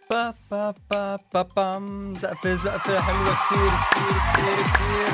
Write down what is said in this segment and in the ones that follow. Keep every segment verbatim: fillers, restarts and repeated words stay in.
با با با با بام زقفة زقفة حلوة كتير كتير كتير كتير.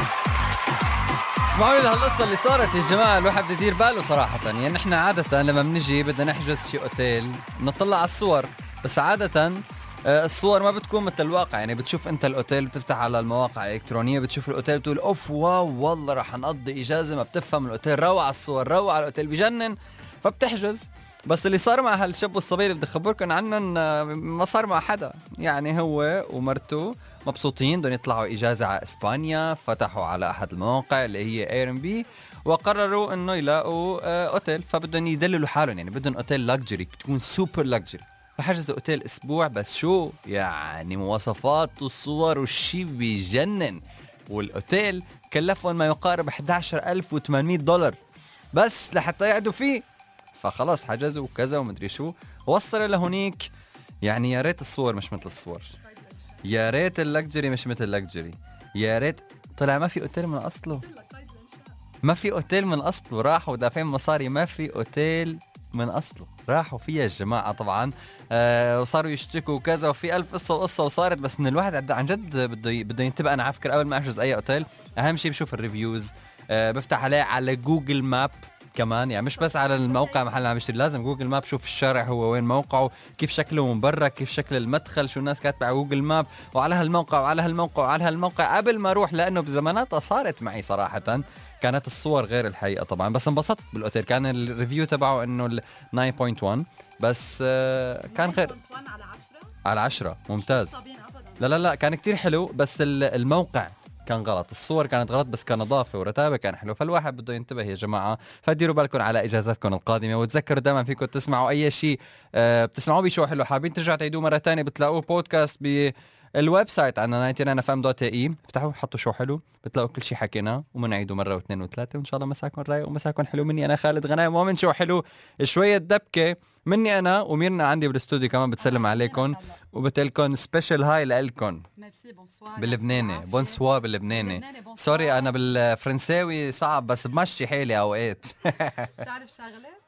اسمعوا لي هالقصة اللي صارت يا جماعة، الواحد بده يدير باله صراحة. يعني نحن عادة لما بنجي بدنا نحجز شي اوتيل بنطلع على الصور، بس عادة الصور ما بتكون مثل الواقع. يعني بتشوف انت الاوتيل، بتفتح على المواقع الالكترونية بتشوف الاوتيل بتقول اوف واو والله راح نقضي اجازة، ما بتفهم الاوتيل روعة، الصور روعة، الاوتيل بجنن، فبتحجز. بس اللي صار مع هالشاب والصبي اللي بدي اخبركم عنهم ما صار مع حدا. يعني هو ومرته مبسوطين بدهم يطلعوا اجازه على اسبانيا، فتحوا على احد المواقع اللي هي اير ام بي وقرروا انه يلاقوا اوتيل، فبدهم يدللوا حالهم. يعني بدهم اوتيل لاكجري تكون سوبر لاكجري، فحجزوا اوتيل اسبوع. بس شو يعني مواصفات والصور والشي بيجنن، والاوتيل كلفهم ما يقارب إحدى عشر ألف وثمانمئة دولار بس لحتى يقعدوا فيه. فخلص حجزوا وكذا ومدري شو، وصل لهونيك. يعني يا ريت الصور مش مثل الصور، يا ريت اللكجري مش مثل اللكجري، يا ريت طلع ما في اوتيل من اصله، ما في اوتيل من اصله. راحوا دافعين مصاري، ما في اوتيل من اصله، راحوا فيها الجماعه طبعا. آه وصاروا يشتكوا وكذا، وفي الف قصه وقصه وصارت. بس ان الواحد عن جد بده بده ينتبه. انا عفكر قبل ما احجز اي اوتيل اهم شيء بشوف الريفيوز، آه بفتح عليه على جوجل ماب كمان. يعني مش بس على الموقع محل عم يشتري، لازم جوجل ماب شوف الشارع هو وين موقعه، كيف شكله من برا، كيف شكل المدخل، شو الناس كاتبه على جوجل ماب، وعلى هالموقع وعلى هالموقع وعلى هالموقع قبل ما اروح. لانه بزماناتها صارت معي صراحه، كانت الصور غير الحقيقه طبعا. بس انبسطت بالاوتيل، كان الريفيو تبعه انه ال تسعة فاصلة واحد، بس آه كان غير على عشرة على عشرة ممتاز. لا لا لا كان كتير حلو، بس الموقع كان غلط، الصور كانت غلط، بس كنظافة ورتابة كان حلو. فالواحد بده ينتبه يا جماعة. فديروا بالكم على إجازاتكم القادمة، وتذكروا دائما فيكم تسمعوا أي شيء آه بتسمعوه بشو حلو حابين ترجعوا تعيدوه مرة تانية، بتلاقوه بودكاست بالويب سايت عندنا تسعة وتسعين اف ام دوت اي. افتحوا حطوا شو حلو، بتلاقوا كل شيء حكيناه ومنعيده مرة واثنين وثلاثة. وإن شاء الله مساكم رايق ومساكم حلو. مني أنا خالد غنايم، ومن شو حلو شوية دبكة مني أنا وميرنا عندي بالاستوديو كمان بتسلم عليكم وبتلكن سبيشال هاي لإلكن. ميرسي بونسوار باللبناني بونسوا باللبناني. سوري أنا بالفرنساوي صعب، بس بمشي حالي أوقات. بتعرف شغلة؟